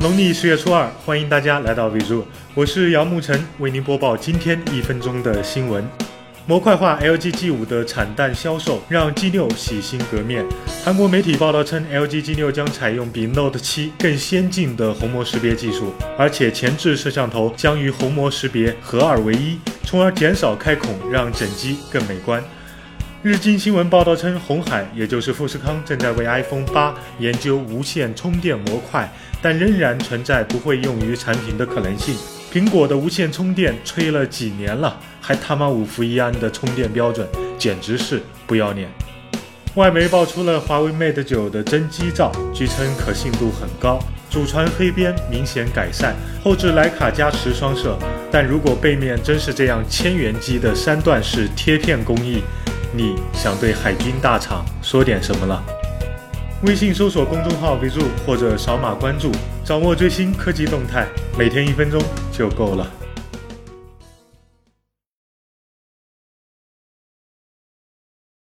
农历10月初2，欢迎大家来到 Vizu， 我是姚沐晨，为您播报今天1分钟的新闻。模块化 LG G5 的产蛋销售让 G6 洗心革面。韩国媒体报道称 ，LG G6 将采用比 Note 7更先进的虹膜识别技术，而且前置摄像头将与虹膜识别合二为一，从而减少开孔，让整机更美观。日经新闻报道称，鸿海也就是富士康正在为 iPhone 8研究无线充电模块，但仍然存在不会用于产品的可能性。苹果的无线充电吹了几年了，还他妈五伏一安的充电标准，简直是不要脸。外媒爆出了华为 Mate 9的真机照，据称可信度很高，主船黑边明显改善，后置徕卡加持双摄。但如果背面真是这样1000元机的3段式贴片工艺，你想对海军大厂说点什么了？微信搜索公众号 Vizu 或者扫码关注，掌握最新科技动态，每天1分钟就够了。